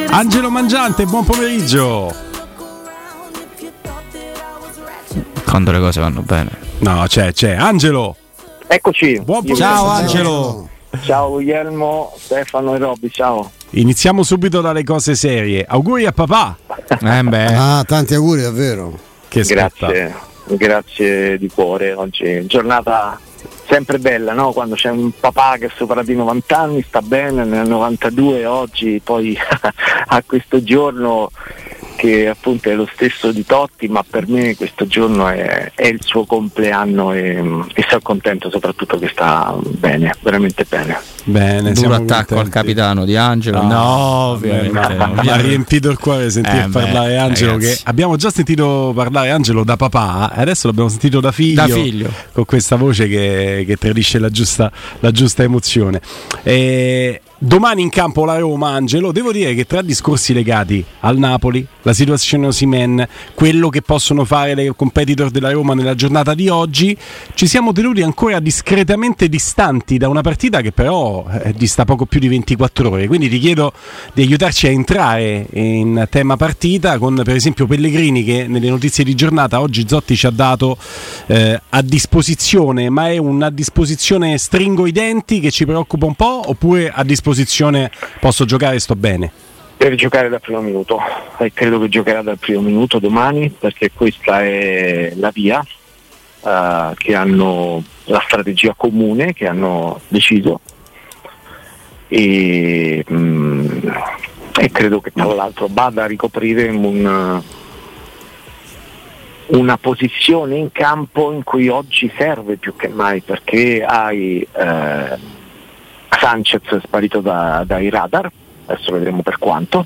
Angelo Mangiante, buon pomeriggio. Quando le cose vanno bene. No, c'è Angelo. Eccoci. Buon pomeriggio. Ciao Angelo. Ciao Guglielmo, Stefano e Robby, ciao. Iniziamo subito dalle cose serie. Auguri a papà. Tanti auguri davvero. Che Grazie di cuore. Oggi giornata sempre bella, no? Quando c'è un papà che supera di 90 anni, sta bene, nel 92 oggi poi a questo giorno che appunto è lo stesso di Totti, ma per me questo giorno è il suo compleanno e sono contento soprattutto che sta bene, veramente bene. Bene, duro attacco contenti al capitano di Angelo. No, ovviamente mi ha riempito il cuore sentire parlare Angelo, ragazzi. Che abbiamo già sentito parlare Angelo da papà e adesso l'abbiamo sentito da figlio. Con questa voce che tradisce la giusta emozione. Domani in campo la Roma, Angelo. Devo dire che tra discorsi legati al Napoli, la situazione Osimhen, quello che possono fare le competitor della Roma nella giornata di oggi, ci siamo tenuti ancora discretamente distanti da una partita che però dista poco più di 24 ore. Quindi ti chiedo di aiutarci a entrare in tema partita con per esempio Pellegrini, che nelle notizie di giornata oggi Zotti ci ha dato a disposizione, ma è una disposizione stringo i denti che ci preoccupa un po', oppure a disposizione posso giocare e sto bene? Deve giocare dal primo minuto e credo che giocherà dal primo minuto domani, perché questa è la via che hanno, la strategia comune che hanno deciso e credo che tra l'altro vada a ricoprire una posizione in campo in cui oggi serve più che mai, perché hai Sanchez sparito dai radar, adesso vedremo per quanto,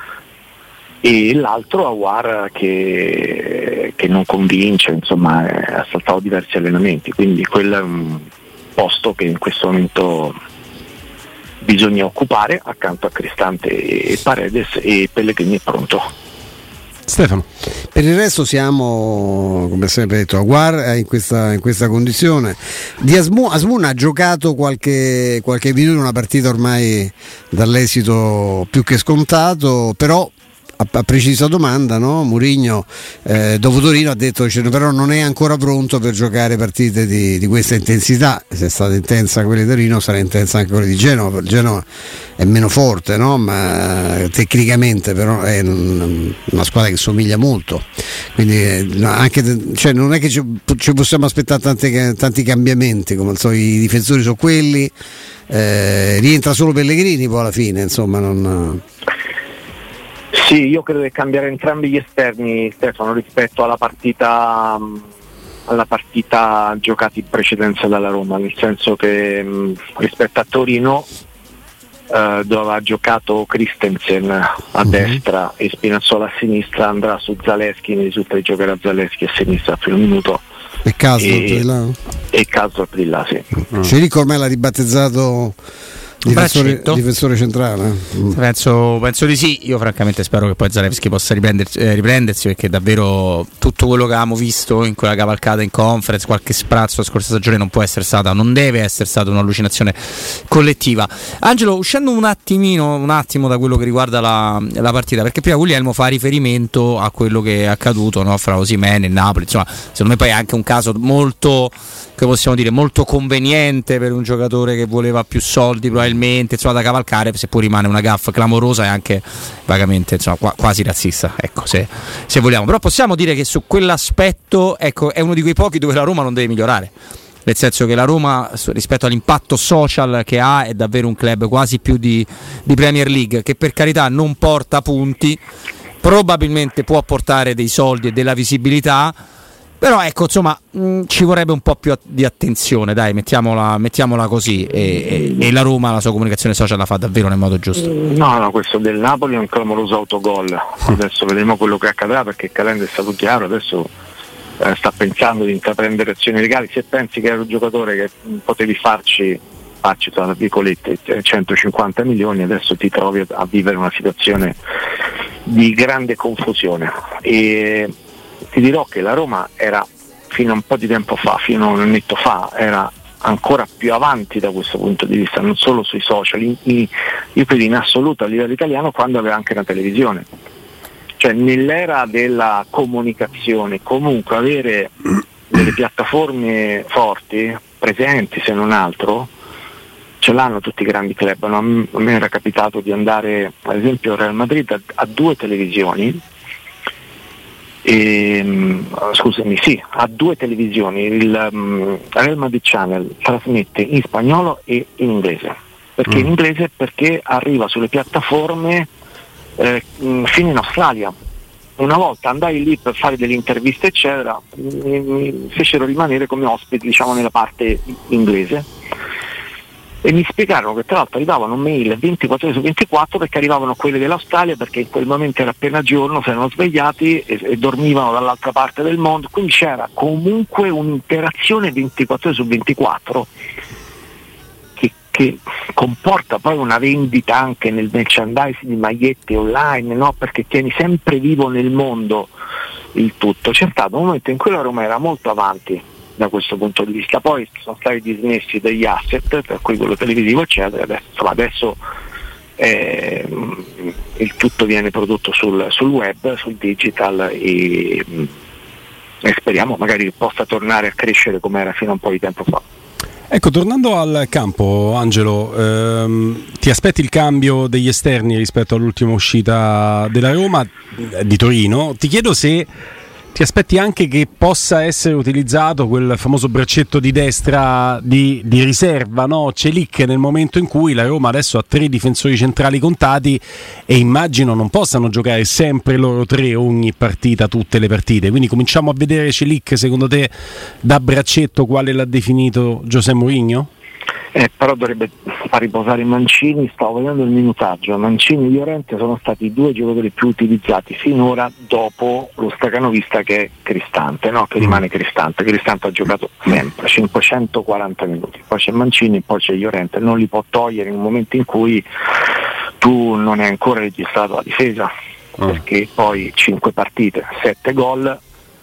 e l'altro Aouar che non convince, insomma ha saltato diversi allenamenti, quindi quello è un posto che in questo momento bisogna occupare accanto a Cristante e Paredes, e Pellegrini è pronto. Stefano. Per il resto siamo, come sempre detto, Aouar in questa condizione. Di Azmoun ha giocato qualche minuto in una partita ormai dall'esito più che scontato, però a precisa domanda, no? Mourinho dopo Torino ha detto che però non è ancora pronto per giocare partite di questa intensità. Se è stata intensa quella di Torino, sarà intensa anche quella di Genova. Il Genova è meno forte, no? Ma tecnicamente però è una squadra che somiglia molto, quindi anche, cioè, non è che ci possiamo aspettare tanti cambiamenti, come so, i difensori sono quelli, rientra solo Pellegrini poi alla fine, insomma non... Sì, io credo che cambierà entrambi gli esterni, Stefano, rispetto alla partita giocata in precedenza dalla Roma, nel senso che rispetto a Torino dove ha giocato Christensen a destra e Spinazzola a sinistra, andrà su Zalewski, mi risulta di giocare a Zalewski a sinistra al primo minuto e Caso di là, sì. Cirico ormai l'ha ribattezzato difensore centrale. Penso di sì. Io francamente spero che poi Zalewski possa riprendersi, perché davvero tutto quello che avevamo visto in quella cavalcata in conference, qualche sprazzo la scorsa stagione, non deve essere stata un'allucinazione collettiva. Angelo, uscendo un attimo da quello che riguarda la partita, perché prima Guglielmo fa riferimento a quello che è accaduto, no, fra Osimhen e Napoli, insomma secondo me poi è anche un caso molto, che possiamo dire, molto conveniente per un giocatore che voleva più soldi probabilmente, insomma, da cavalcare, seppur rimane una gaffe clamorosa e anche vagamente, insomma, quasi razzista, ecco, se vogliamo. Però possiamo dire che su quell'aspetto, ecco, è uno di quei pochi dove la Roma non deve migliorare, nel senso che la Roma, rispetto all'impatto social che ha, è davvero un club quasi più di Premier League, che per carità non porta punti, probabilmente può portare dei soldi e della visibilità, però ecco, insomma, ci vorrebbe un po' più di attenzione, dai, mettiamola così, e la Roma la sua comunicazione social la fa davvero nel modo giusto. No, questo del Napoli è un clamoroso autogol. Adesso vedremo quello che accadrà, perché il Calenda è stato chiaro, adesso sta pensando di intraprendere azioni legali. Se pensi che era un giocatore che potevi farci tra virgolette 150 milioni, adesso ti trovi a vivere una situazione di grande confusione. E ti dirò che la Roma era, fino a un po' di tempo fa, fino a un annetto fa, era ancora più avanti da questo punto di vista, non solo sui social, io credo in assoluto a livello italiano, quando aveva anche una televisione. Cioè nell'era della comunicazione comunque avere delle piattaforme forti, presenti se non altro, ce l'hanno tutti i grandi club. No? A me era capitato di andare ad esempio al Real Madrid a 2 televisioni, a 2 televisioni. Il Real Madrid Channel trasmette in spagnolo e in inglese. Perché in inglese? Perché arriva sulle piattaforme fino in Australia. Una volta andai lì per fare delle interviste eccetera, mi fecero rimanere come ospite, diciamo, nella parte inglese, e mi spiegarono che tra l'altro arrivavano mail 24 ore su 24 perché arrivavano quelle dell'Australia, perché in quel momento era appena giorno, si erano svegliati e dormivano dall'altra parte del mondo, quindi c'era comunque un'interazione 24 ore su 24 che comporta poi una vendita anche nel merchandise di magliette online, no? Perché tieni sempre vivo nel mondo il tutto. C'è stato un momento in cui la Roma era molto avanti da questo punto di vista, poi sono stati dismessi degli asset, per cui quello televisivo eccetera, adesso il tutto viene prodotto sul web, sul digital, e speriamo magari che possa tornare a crescere come era fino a un po' di tempo fa. Ecco, tornando al campo, Angelo, ti aspetti il cambio degli esterni rispetto all'ultima uscita della Roma, di Torino? Ti chiedo se ti aspetti anche che possa essere utilizzato quel famoso braccetto di destra di riserva, no? Celik, nel momento in cui la Roma adesso ha 3 difensori centrali contati e immagino non possano giocare sempre loro 3 ogni partita, tutte le partite, quindi cominciamo a vedere Celik, secondo te, da braccetto, quale l'ha definito José Mourinho? Però dovrebbe far riposare Mancini. Stavo vedendo il minutaggio, Mancini e Llorente sono stati i 2 giocatori più utilizzati finora, dopo lo stacanovista che è Cristante, no? Che rimane Cristante ha giocato sempre 540 minuti, poi c'è Mancini, poi c'è Llorente, non li può togliere in un momento in cui tu non hai ancora registrato la difesa, perché poi 5 partite, 7 gol,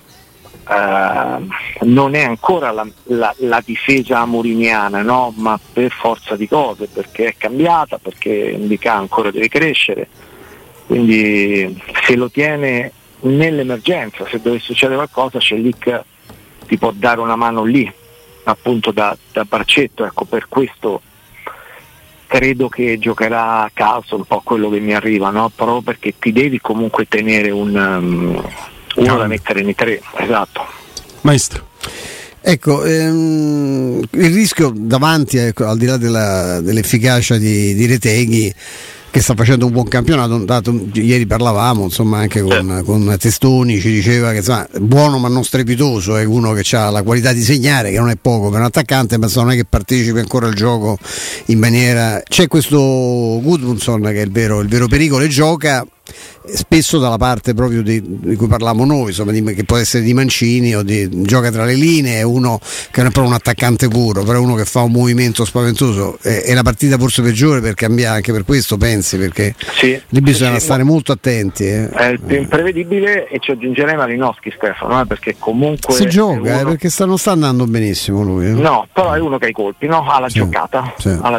non è ancora la difesa mouriniana, no? Ma per forza di cose, perché è cambiata, perché Ndicà ancora deve crescere, quindi se lo tiene nell'emergenza, se dovesse succedere qualcosa, Celik ti può dare una mano lì, appunto da braccetto. Ecco, per questo credo che giocherà a calcio, un po' quello che mi arriva, no? Proprio perché ti devi comunque tenere uno da mettere nei 3, esatto. Maestro. Ecco, il rischio davanti, ecco, al di là dell'efficacia di Retegui, che sta facendo un buon campionato, ieri parlavamo insomma anche con Testoni, ci diceva che insomma, buono ma non strepitoso, è uno che ha la qualità di segnare, che non è poco per un attaccante, ma non è che partecipi ancora al gioco in maniera. C'è questo Gudmundsson che è il vero pericolo, e gioca spesso dalla parte proprio di cui parlavamo noi, insomma, che può essere di Mancini, gioca tra le linee, è uno che non è proprio un attaccante puro, però è uno che fa un movimento spaventoso. È la partita forse peggiore per cambiare, anche per questo pensi, perché sì, lì bisogna stare molto attenti. È il più imprevedibile, e ci aggiungerei Malinowski, Stefano, perché comunque si gioca, perché non sta andando benissimo lui. No, però è uno che ha i colpi, no? Ha la giocata,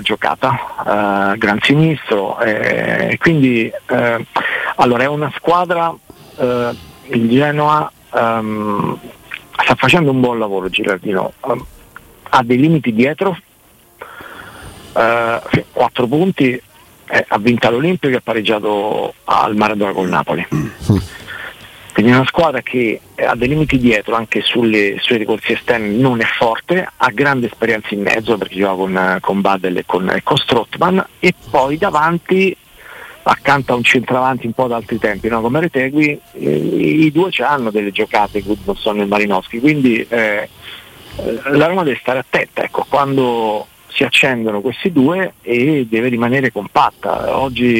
gran sinistro, quindi allora è una squadra, il Genoa sta facendo un buon lavoro, Gilardino, ha dei limiti dietro, 4 punti, ha vinto l'Olimpio, che ha pareggiato al Maradona col Napoli, quindi è una squadra che ha dei limiti dietro, anche sui ricorsi esterni non è forte, ha grande esperienza in mezzo perché gioca con Badel e con Strootman, e poi davanti, accanto a un centravanti un po' da altri tempi, no? Come Retegui, i 2 hanno delle giocate, Gudmundsson e Malinowski, quindi la Roma deve stare attenta, ecco, quando si accendono questi 2, e deve rimanere compatta. Oggi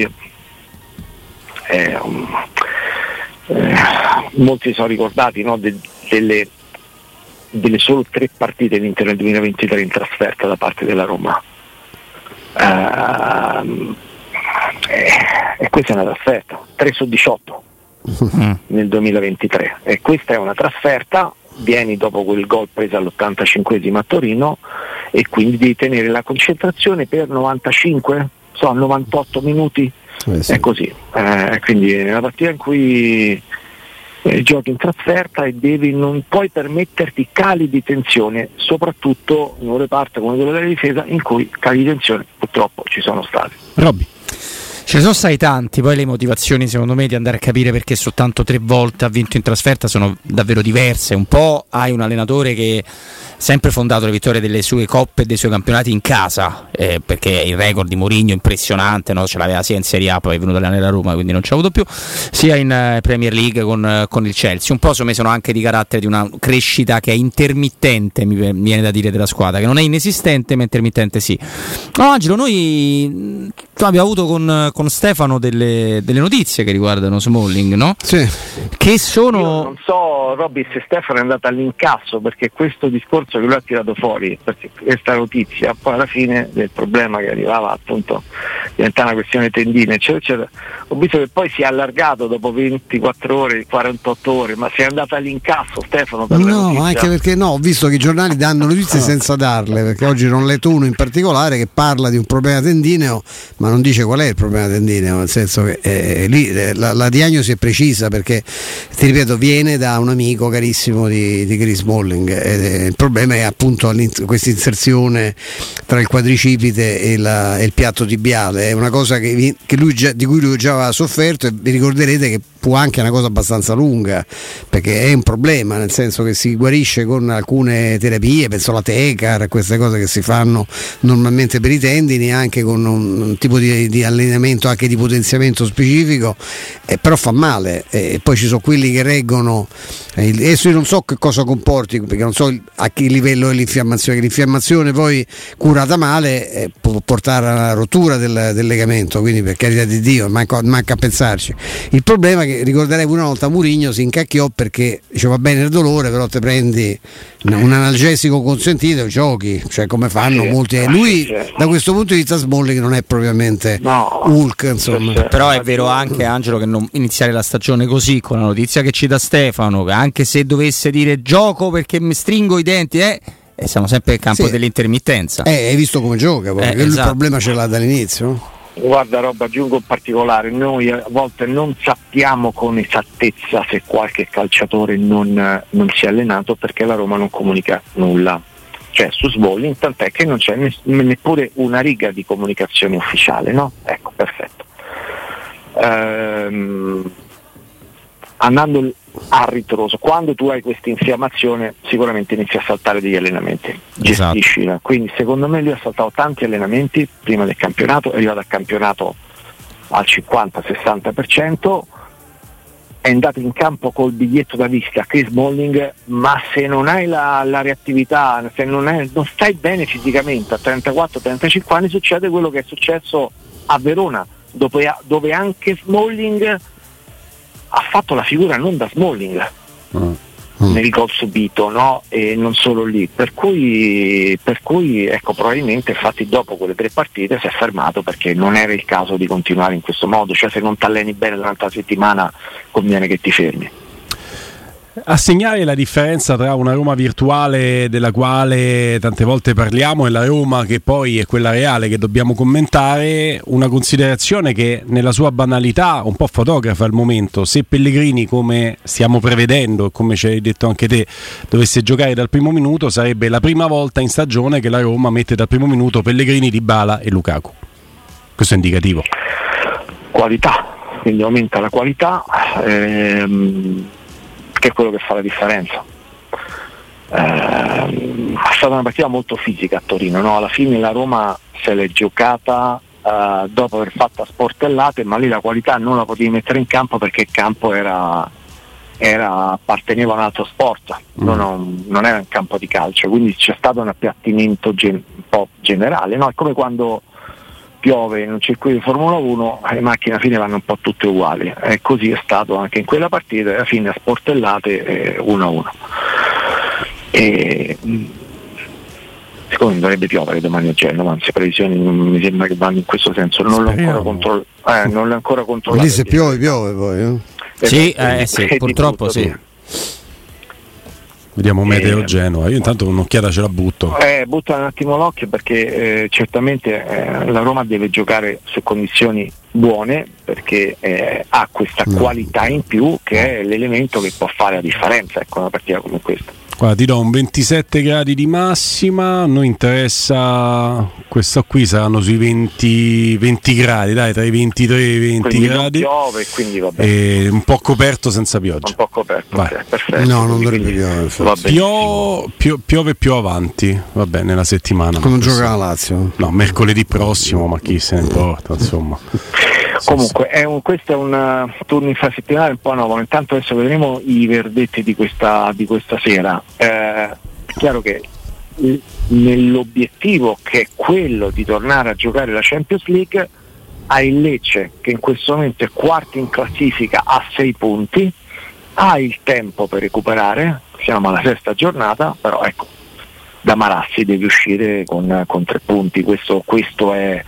molti sono ricordati, no? delle solo 3 partite vinte nel 2023 in trasferta da parte della Roma. E questa è una trasferta, 3 su 18 nel 2023, e questa è una trasferta, vieni dopo quel gol preso all'85esimo a Torino, e quindi devi tenere la concentrazione per 98 minuti, sì. È così, quindi è una partita in cui giochi in trasferta e non puoi permetterti cali di tensione, soprattutto in un reparto come quello della difesa in cui cali di tensione purtroppo ci sono stati. Robby. Ce ne sono stati tanti, poi le motivazioni secondo me di andare a capire perché soltanto 3 volte ha vinto in trasferta sono davvero diverse. Un po' hai un allenatore che sempre fondato le vittorie delle sue coppe e dei suoi campionati in casa, perché il record di Mourinho impressionante, no? Ce l'aveva sia in Serie A, poi è venuto a allenare a Roma, quindi non ce l'ha avuto più, sia in Premier League con il Chelsea. Un po' secondo me sono anche di carattere di una crescita che è intermittente, mi viene da dire, della squadra, che non è inesistente ma intermittente sì. No, Angelo, noi abbiamo avuto con Stefano delle notizie che riguardano Smalling, no? Sì. Che sono... Io non so, Robby, se Stefano è andato all'incasso, perché questo discorso che lui ha tirato fuori, perché questa notizia poi alla fine del problema che arrivava appunto diventava una questione tendine eccetera eccetera, ho visto che poi si è allargato dopo 24 ore, 48 ore, ma si è andato all'incasso Stefano per no, anche perché ho visto che i giornali danno notizie senza darle, perché oggi non ho letto uno in particolare che parla di un problema tendineo ma non dice qual è il problema tendineo, nel senso che lì la diagnosi è precisa, perché ti ripeto viene da un amico carissimo di Chris Smalling, il problema è appunto questa inserzione tra il quadricipite e il piatto tibiale, è una cosa che lui di cui lui già aveva sofferto, e vi ricorderete che fu anche una cosa abbastanza lunga, perché è un problema, nel senso che si guarisce con alcune terapie, penso alla Tecar, queste cose che si fanno normalmente per i tendini, anche con un tipo di allenamento anche di potenziamento specifico, però fa male, e poi ci sono quelli che reggono, adesso io non so che cosa comporti, perché non so a che livello è l'infiammazione, che l'infiammazione poi curata male può portare alla rottura del legamento, quindi per carità di Dio manca a pensarci. Il problema è che ricorderei una volta Mourinho si incacchiò perché diceva va bene il dolore, però te prendi un analgesico consentito e giochi, cioè come fanno molti. Lui da questo punto di vista Smalling non è propriamente Hulk, insomma. Però è vero anche, Angelo, che non iniziare la stagione così, con la notizia che ci dà Stefano, che anche se dovesse dire gioco perché mi stringo i denti, siamo sempre nel campo dell'intermittenza. Hai visto come gioca poi, esatto. Il problema ce l'ha dall'inizio. Guarda Rob, aggiungo in particolare, noi a volte non sappiamo con esattezza se qualche calciatore non si è allenato, perché la Roma non comunica nulla, cioè su Smalling, tant'è che non c'è neppure una riga di comunicazione ufficiale, no? Ecco, perfetto. Andando a ritroso, quando tu hai questa infiammazione sicuramente inizi a saltare degli allenamenti, gestiscila, esatto. Quindi secondo me lui ha saltato tanti allenamenti prima del campionato, è arrivato al campionato al 50-60%, è andato in campo col biglietto da visita Chris Smalling, ma se non hai la reattività, se non stai bene fisicamente a 34-35 anni, succede quello che è successo a Verona, dove anche Smalling ha fatto la figura non da Smalling nel gol subito, no? E non solo lì, per cui ecco, probabilmente infatti dopo quelle 3 partite si è fermato, perché non era il caso di continuare in questo modo, cioè se non ti alleni bene durante la settimana conviene che ti fermi. A segnare la differenza tra una Roma virtuale, della quale tante volte parliamo, e la Roma che poi è quella reale che dobbiamo commentare, una considerazione che nella sua banalità un po' fotografa al momento: se Pellegrini, come stiamo prevedendo, come ci hai detto anche te, dovesse giocare dal primo minuto, sarebbe la prima volta in stagione che la Roma mette dal primo minuto Pellegrini, Dybala e Lukaku. Questo è indicativo. Qualità, quindi aumenta la qualità, che è quello che fa la differenza. È stata una partita molto fisica a Torino, no? Alla fine la Roma se l'è giocata dopo aver fatto a sportellate, ma lì la qualità non la potevi mettere in campo perché il campo apparteneva a un altro sport, non era un campo di calcio, quindi c'è stato un appiattimento un po' generale, no? È come quando piove in un circuito di Formula 1, le macchine alla fine vanno un po' tutte uguali, e così è stato anche in quella partita, alla fine a sportellate 1-1. Secondo me dovrebbe piovere domani a Genova, anzi previsioni mi sembra che vanno in questo senso, non l'ho ancora controllato. Lì se piove poi sì, purtroppo sì. Vediamo Meteo Genoa. Io intanto un'occhiata ce la butto. Butta un attimo l'occhio perché certamente la Roma deve giocare su condizioni buone, perché ha questa qualità in più che è l'elemento che può fare la differenza, ecco, una partita come questa. Guarda, ti do un 27 gradi di massima, a noi interessa, questo qui saranno sui 20 gradi, dai, tra i 23 e i 20 quindi gradi. Non piove, quindi va bene. E un po' coperto senza pioggia. Un po' coperto, okay, perfetto. No, non dovrebbe piovere. Piove più avanti, va bene, nella settimana. Come gioca la Lazio? No, mercoledì prossimo, ma chi se ne importa, insomma. Comunque questo è un turno infrasettimanale un po' nuovo. Intanto adesso vedremo i verdetti di questa sera. È chiaro che nell'obiettivo, che è quello di tornare a giocare la Champions League, ha il Lecce che in questo momento è quarto in classifica a 6 punti, ha il tempo per recuperare, siamo alla sesta giornata, però ecco, da Marassi deve uscire con 3 punti, questo è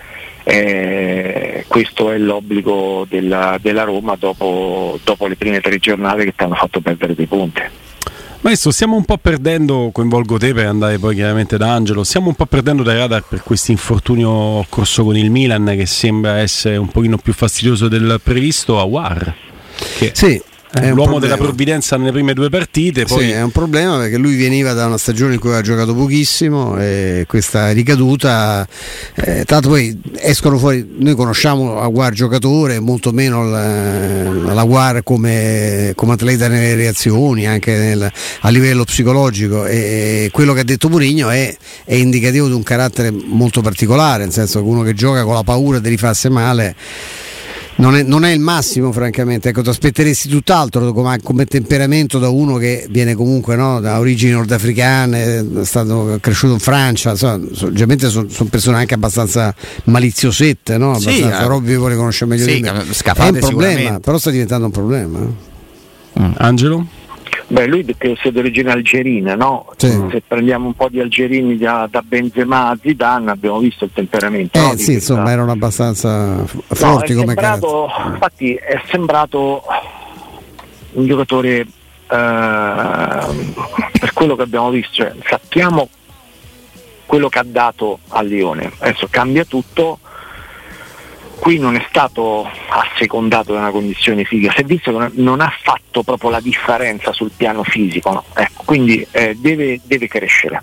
l'obbligo della Roma dopo le prime 3 giornate che ti hanno fatto perdere dei punti. Maestro, stiamo un po' perdendo, coinvolgo te per andare poi chiaramente da Angelo, stiamo un po' perdendo dai radar per questo infortunio occorso con il Milan, che sembra essere un pochino più fastidioso del previsto, Aouar, che sì, è l'uomo della provvidenza nelle prime 2 partite. Poi... Sì, è un problema perché lui veniva da una stagione in cui aveva giocato pochissimo e questa ricaduta, tanto poi escono fuori, noi conosciamo Aouar giocatore, molto meno l'Aouar come atleta nelle reazioni, anche a livello psicologico, e quello che ha detto Mourinho è indicativo di un carattere molto particolare, nel senso che uno che gioca con la paura di rifarsi male non è il massimo, francamente. Ecco, ti aspetteresti tutt'altro come temperamento da uno che viene comunque, no, da origini nordafricane, è stato cresciuto in Francia, insomma, ovviamente sono persone anche abbastanza maliziosette, no? Abbastanza Robby poi le conosce meglio di me. È un problema, però sta diventando un problema. Angelo? Beh, lui perché sia d'origine algerina, no? Sì. Se prendiamo un po' di algerini da Benzema a Zidane, abbiamo visto il temperamento. No? Sì, insomma, erano abbastanza forti come carattere. Infatti è sembrato un giocatore, per quello che abbiamo visto, cioè, sappiamo quello che ha dato al Lione, adesso cambia tutto. Qui non è stato assecondato da una condizione fisica, si è visto che non ha fatto proprio la differenza sul piano fisico, no? Ecco, quindi deve crescere,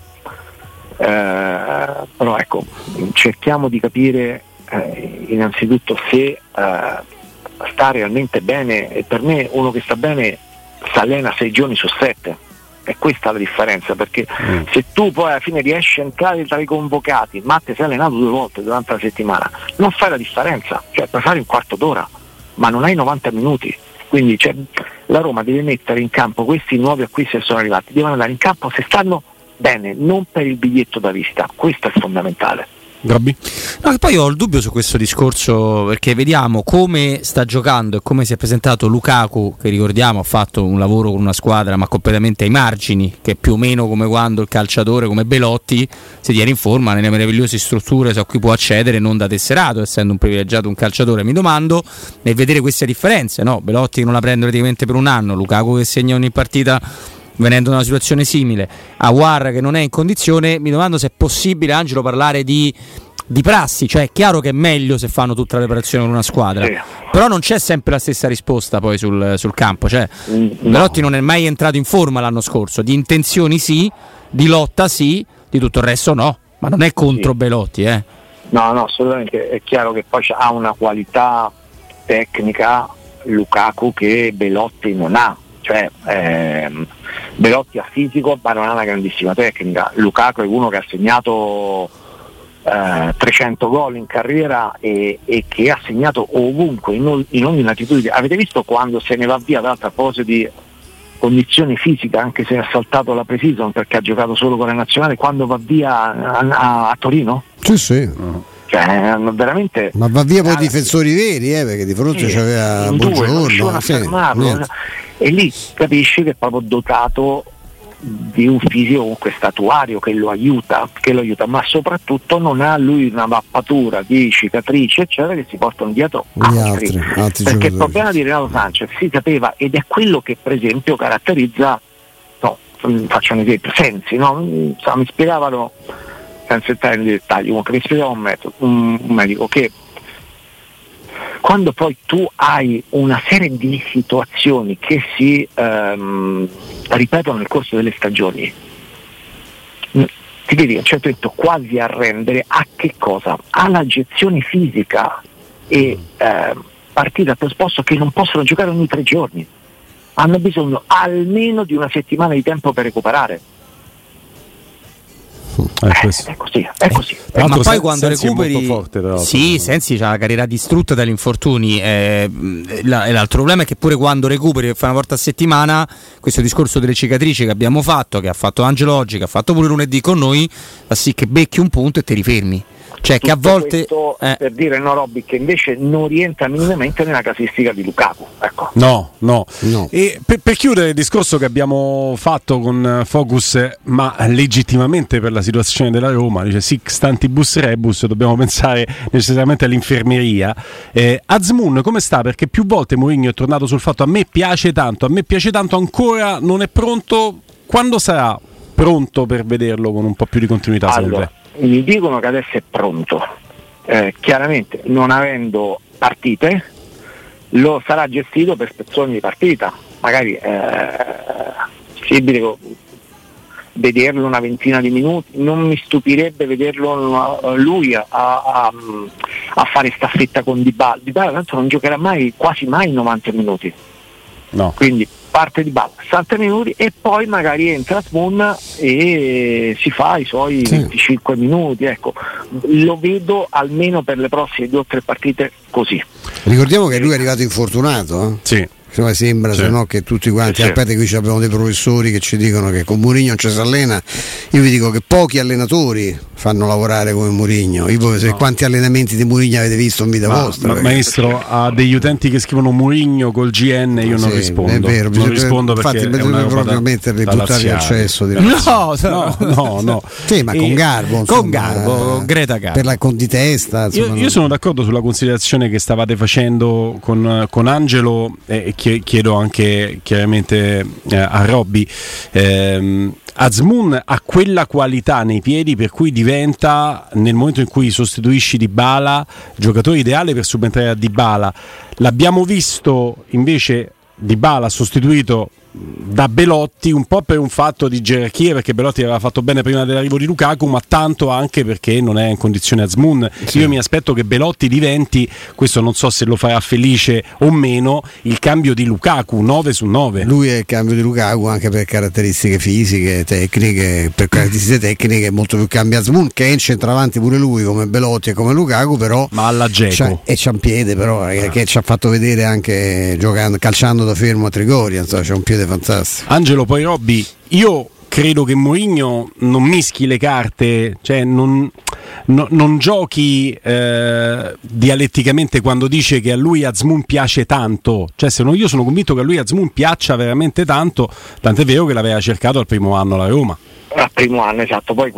però ecco, cerchiamo di capire innanzitutto se sta realmente bene, e per me uno che sta bene si allena 6 giorni su 7. È questa la differenza, perché se tu poi alla fine riesci a entrare tra i convocati, ma ti sei allenato 2 volte durante la settimana, non fai la differenza, cioè puoi fare un quarto d'ora, ma non hai 90 minuti. Quindi la Roma deve mettere in campo questi nuovi acquisti che sono arrivati, devono andare in campo se stanno bene, non per il biglietto da visita, questo è fondamentale. Gabby? No, che poi ho il dubbio su questo discorso, perché vediamo come sta giocando e come si è presentato Lukaku, che ricordiamo ha fatto un lavoro con una squadra ma completamente ai margini, che è più o meno come quando il calciatore come Belotti si tiene in forma nelle meravigliose strutture a cui può accedere non da tesserato, essendo un privilegiato un calciatore. Mi domando, nel vedere queste differenze, no? Belotti che non la prende praticamente per un anno, Lukaku che segna ogni partita venendo da una situazione simile, Aouar che non è in condizione, mi domando se è possibile, Angelo, parlare di prassi. Cioè è chiaro che è meglio se fanno tutta la preparazione con una squadra, sì, però non c'è sempre la stessa risposta poi sul campo, cioè Belotti non è mai entrato in forma l'anno scorso, di intenzioni sì, di lotta sì, di tutto il resto no, ma non è contro Belotti, no, assolutamente. È chiaro che poi ha una qualità tecnica Lukaku che Belotti non ha, cioè Belotti ha fisico ma non ha una grandissima tecnica. Lukaku è uno che ha segnato 300 gol in carriera e che ha segnato ovunque, in ogni latitudine. Avete visto quando se ne va via, tra l'altro, a proposito di condizione fisica, anche se ha saltato la pre-season perché ha giocato solo con la nazionale, quando va via a Torino? Sì. Cioè, veramente. Ma va via poi difensori veri, perché di fronte c'aveva Buongiorno, e lì capisci che è proprio dotato di un fisico comunque statuario che lo aiuta, ma soprattutto non ha lui una mappatura di cicatrici eccetera che si portano dietro altri perché giocatori. Il problema di Renato Sanchez si sapeva, ed è quello che per esempio caratterizza faccio un esempio, Sensi, no? Mi spiegavano, senza entrare nei dettagli, comunque mi spiegava un medico che quando poi tu hai una serie di situazioni che si ripetono nel corso delle stagioni, ti devi a un certo punto quasi arrendere a che cosa? Alla gestione fisica e partita per sposto che non possono giocare ogni 3 giorni, hanno bisogno almeno di una settimana di tempo per recuperare. È così. Ma poi quando recuperi forte, però, sì, Sensi c'ha la carriera distrutta dagli infortuni, l'altro problema è che pure quando recuperi, fai una volta a settimana, questo discorso delle cicatrici che abbiamo fatto, che ha fatto Angelo oggi, che ha fatto pure lunedì con noi, fa sì che becchi un punto e ti rifermi. Cioè che a volte per dire no, Robby, che invece non rientra minimamente nella casistica di Lukaku, ecco. No. E per chiudere il discorso che abbiamo fatto con Focus, ma legittimamente per la situazione della Roma, dice sic stantibus rebus, dobbiamo pensare necessariamente all'infermeria. Azmoun come sta? Perché più volte Mourinho è tornato sul fatto a me piace tanto, ancora non è pronto. Quando sarà pronto per vederlo con un po' più di continuità? Allora, mi dicono che adesso è pronto, chiaramente non avendo partite lo sarà gestito per spezzoni di partita, magari possibile vederlo una ventina di minuti, non mi stupirebbe vederlo lui a fare staffetta con Dybala tanto non giocherà quasi mai 90 minuti, no. Quindi parte di Dybala 60 minuti e poi magari entra Azmoun e si fa i suoi 25 minuti, ecco, lo vedo almeno per le prossime 2 o 3 partite così. Ricordiamo che lui è arrivato infortunato, Sì. Sembra, se no, che tutti quanti, aspetta, qui abbiamo dei professori che ci dicono che con Mourinho non ci si allena. Io vi dico che pochi allenatori fanno lavorare come Mourinho. Quanti allenamenti di Mourinho avete visto in vita vostra? Maestro, a degli utenti che scrivono Mourinho col GN io non rispondo. È vero, non rispondo perché infatti bisogna proprio metterli, buttarli al cesso. No. Sì, ma con garbo, insomma, Greta Garbo. Per la con di testa. Io sono d'accordo sulla considerazione che stavate facendo con Angelo e chiedo anche chiaramente a Robby. Azmoun ha quella qualità nei piedi per cui diventa, nel momento in cui sostituisci Dybala, giocatore ideale per subentrare a Dybala. L'abbiamo visto invece Dybala sostituito da Belotti un po' per un fatto di gerarchia, perché Belotti aveva fatto bene prima dell'arrivo di Lukaku, ma tanto anche perché non è in condizione Azmoun. Io mi aspetto che Belotti diventi, questo non so se lo farà felice o meno, il cambio di Lukaku 9 su 9. Lui è il cambio di Lukaku anche per caratteristiche fisiche, tecniche, molto più cambia Azmoun, che è in centravanti pure lui come Belotti e come Lukaku, però ma alla Dzeko e c'ha un piede però che ci ha fatto vedere anche giocando, calciando da fermo a Trigoria, c'è un piede fantastico. Angelo, poi Robby, io credo che Mourinho non mischi le carte, cioè non giochi dialetticamente quando dice che a lui Azmoun piace tanto, cioè io sono convinto che a lui Azmoun piaccia veramente tanto, tant'è vero che l'aveva cercato al primo anno alla Roma. Al primo anno, esatto. Poi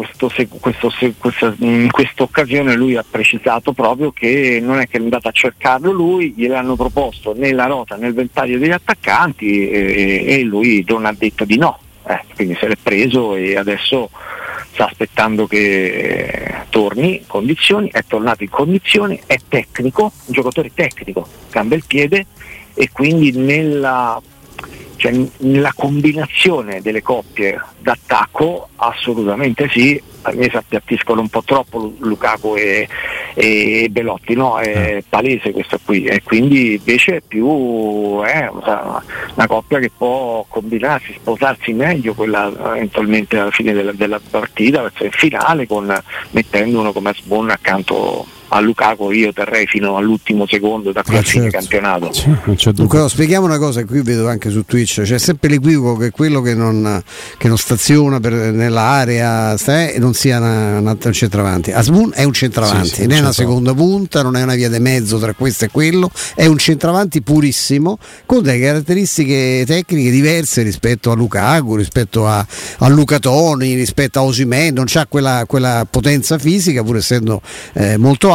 in questa occasione lui ha precisato proprio che non è che è andato a cercarlo lui, gliel'hanno proposto nella rota, nel ventaglio degli attaccanti e lui non ha detto di no, quindi se l'è preso e adesso sta aspettando che torni in condizioni. È tornato in condizioni, è tecnico, un giocatore tecnico, cambia il piede e quindi nella combinazione delle coppie d'attacco assolutamente sì. A me si appiattiscono un po' troppo Lukaku e Belotti, no? È palese questo qui, e quindi invece è più una coppia che può combinarsi, sposarsi meglio quella eventualmente alla fine della partita, verso il finale, mettendo uno come Azmoun accanto a Lukaku. Io terrei fino all'ultimo secondo da qui a fine campionato. Dunque, spieghiamo una cosa, qui vedo anche su Twitch, c'è sempre l'equivoco che quello che non staziona nell'area non sia un centravanti. Azmoun è un centravanti, non è una seconda punta, non è una via di mezzo tra questo e quello, è un centravanti purissimo con delle caratteristiche tecniche diverse rispetto a Lukaku, rispetto a Luca Toni, rispetto a Osimhen. Non c'ha quella potenza fisica, pur essendo molto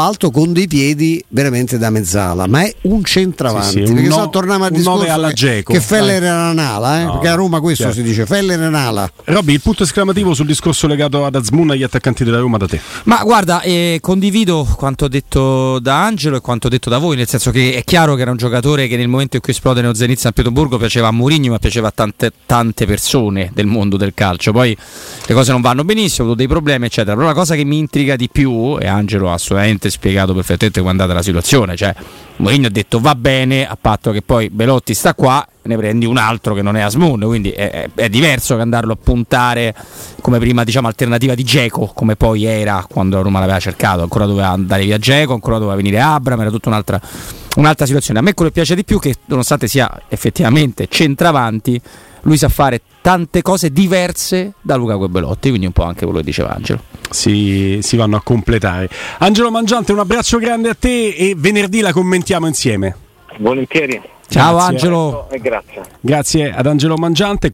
alto con dei piedi veramente da mezzala, ma è un centravanti, perché torniamo al discorso alla che Feller era un'ala, perché a Roma questo si dice, Feller è un'ala. Robby, il punto esclamativo sul discorso legato ad Azmoun e agli attaccanti della Roma da te. Ma guarda, condivido quanto detto da Angelo e quanto detto da voi, nel senso che è chiaro che era un giocatore che nel momento in cui esplode nello Zenit San Pietroburgo piaceva a Mourinho, ma piaceva a tante persone del mondo del calcio. Poi le cose non vanno benissimo, ho avuto dei problemi eccetera, però la cosa che mi intriga di più, e Angelo ha assolutamente spiegato perfettamente come è andata la situazione, cioè Mourinho ha detto va bene a patto che poi Belotti sta qua, ne prendi un altro che non è Azmoun, quindi è diverso che andarlo a puntare come prima, diciamo, alternativa di Dzeko, come poi era quando Roma l'aveva cercato. Ancora doveva andare via Dzeko, ancora doveva venire Abraham, era tutta un'altra situazione. A me quello che piace di più è che, nonostante sia effettivamente centravanti, lui sa fare tante cose diverse da Lukaku e Belotti, quindi un po' anche quello che diceva Angelo. Si vanno a completare. Angelo Mangiante, un abbraccio grande a te e venerdì la commentiamo insieme. Volentieri. Ciao Angelo. E grazie. Grazie ad Angelo Mangiante.